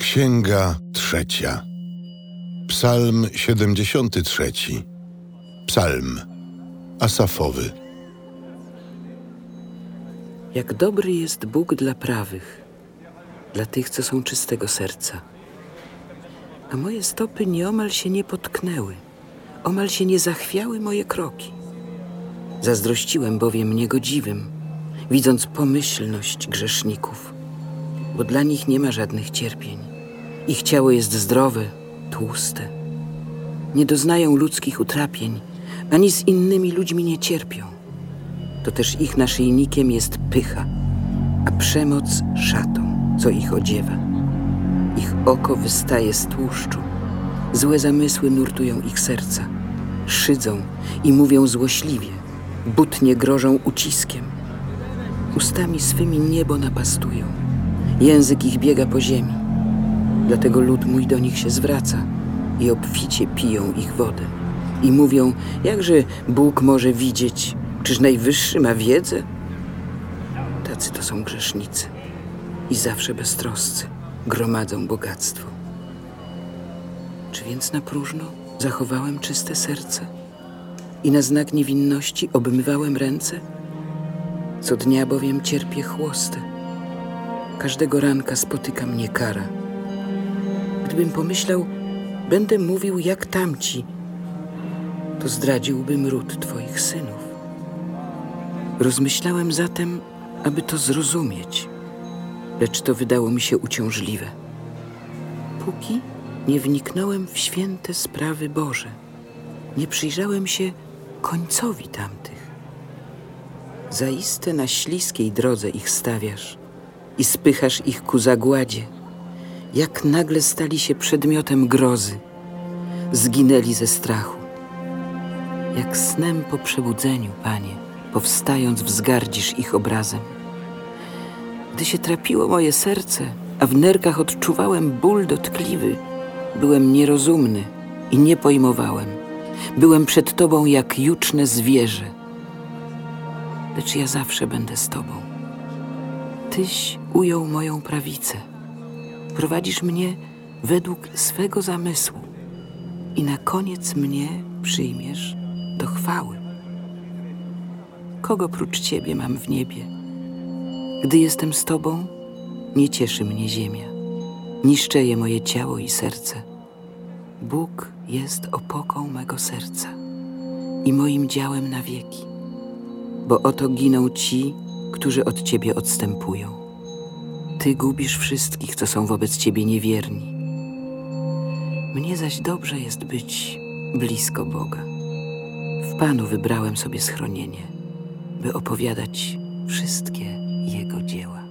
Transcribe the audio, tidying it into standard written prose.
Księga 3. Psalm 73. Psalm Asafowy. Jak dobry jest Bóg dla prawych, dla tych, co są czystego serca. A moje stopy nieomal się nie potknęły, omal się nie zachwiały moje kroki. Zazdrościłem bowiem niegodziwym, widząc pomyślność grzeszników, bo dla nich nie ma żadnych cierpień. Ich ciało jest zdrowe, tłuste. Nie doznają ludzkich utrapień, ani z innymi ludźmi nie cierpią. To też ich naszyjnikiem jest pycha, a przemoc szatą, co ich odziewa. Ich oko wystaje z tłuszczu, złe zamysły nurtują ich serca. Szydzą i mówią złośliwie, butnie grożą uciskiem. Ustami swymi niebo napastują, język ich biega po ziemi. Dlatego lud mój do nich się zwraca i obficie piją ich wodę. I mówią, jakże Bóg może widzieć, czyż Najwyższy ma wiedzę? Tacy to są grzesznicy i zawsze beztroscy gromadzą bogactwo. Czy więc na próżno zachowałem czyste serce i na znak niewinności obmywałem ręce? Co dnia bowiem cierpię chłostę. Każdego ranka spotyka mnie kara. Gdybym pomyślał, będę mówił jak tamci, to zdradziłbym ród Twoich synów. Rozmyślałem zatem, aby to zrozumieć, lecz to wydało mi się uciążliwe. Póki nie wniknąłem w święte sprawy Boże, nie przyjrzałem się końcowi tamtych. Zaiste na śliskiej drodze ich stawiasz i spychasz ich ku zagładzie. Jak nagle stali się przedmiotem grozy, zginęli ze strachu. Jak snem po przebudzeniu, Panie, powstając wzgardzisz ich obrazem. Gdy się trapiło moje serce, a w nerkach odczuwałem ból dotkliwy, byłem nierozumny i nie pojmowałem. Byłem przed Tobą jak juczne zwierzę. Lecz ja zawsze będę z Tobą. Tyś ujął moją prawicę. Prowadzisz mnie według swego zamysłu i na koniec mnie przyjmiesz do chwały. Kogo prócz Ciebie mam w niebie? Gdy jestem z Tobą, nie cieszy mnie ziemia. Niszczeje moje ciało i serce. Bóg jest opoką mego serca i moim działem na wieki. Bo oto giną ci, którzy od Ciebie odstępują. Ty gubisz wszystkich, co są wobec Ciebie niewierni. Mnie zaś dobrze jest być blisko Boga. W Panu wybrałem sobie schronienie, by opowiadać wszystkie Jego dzieła.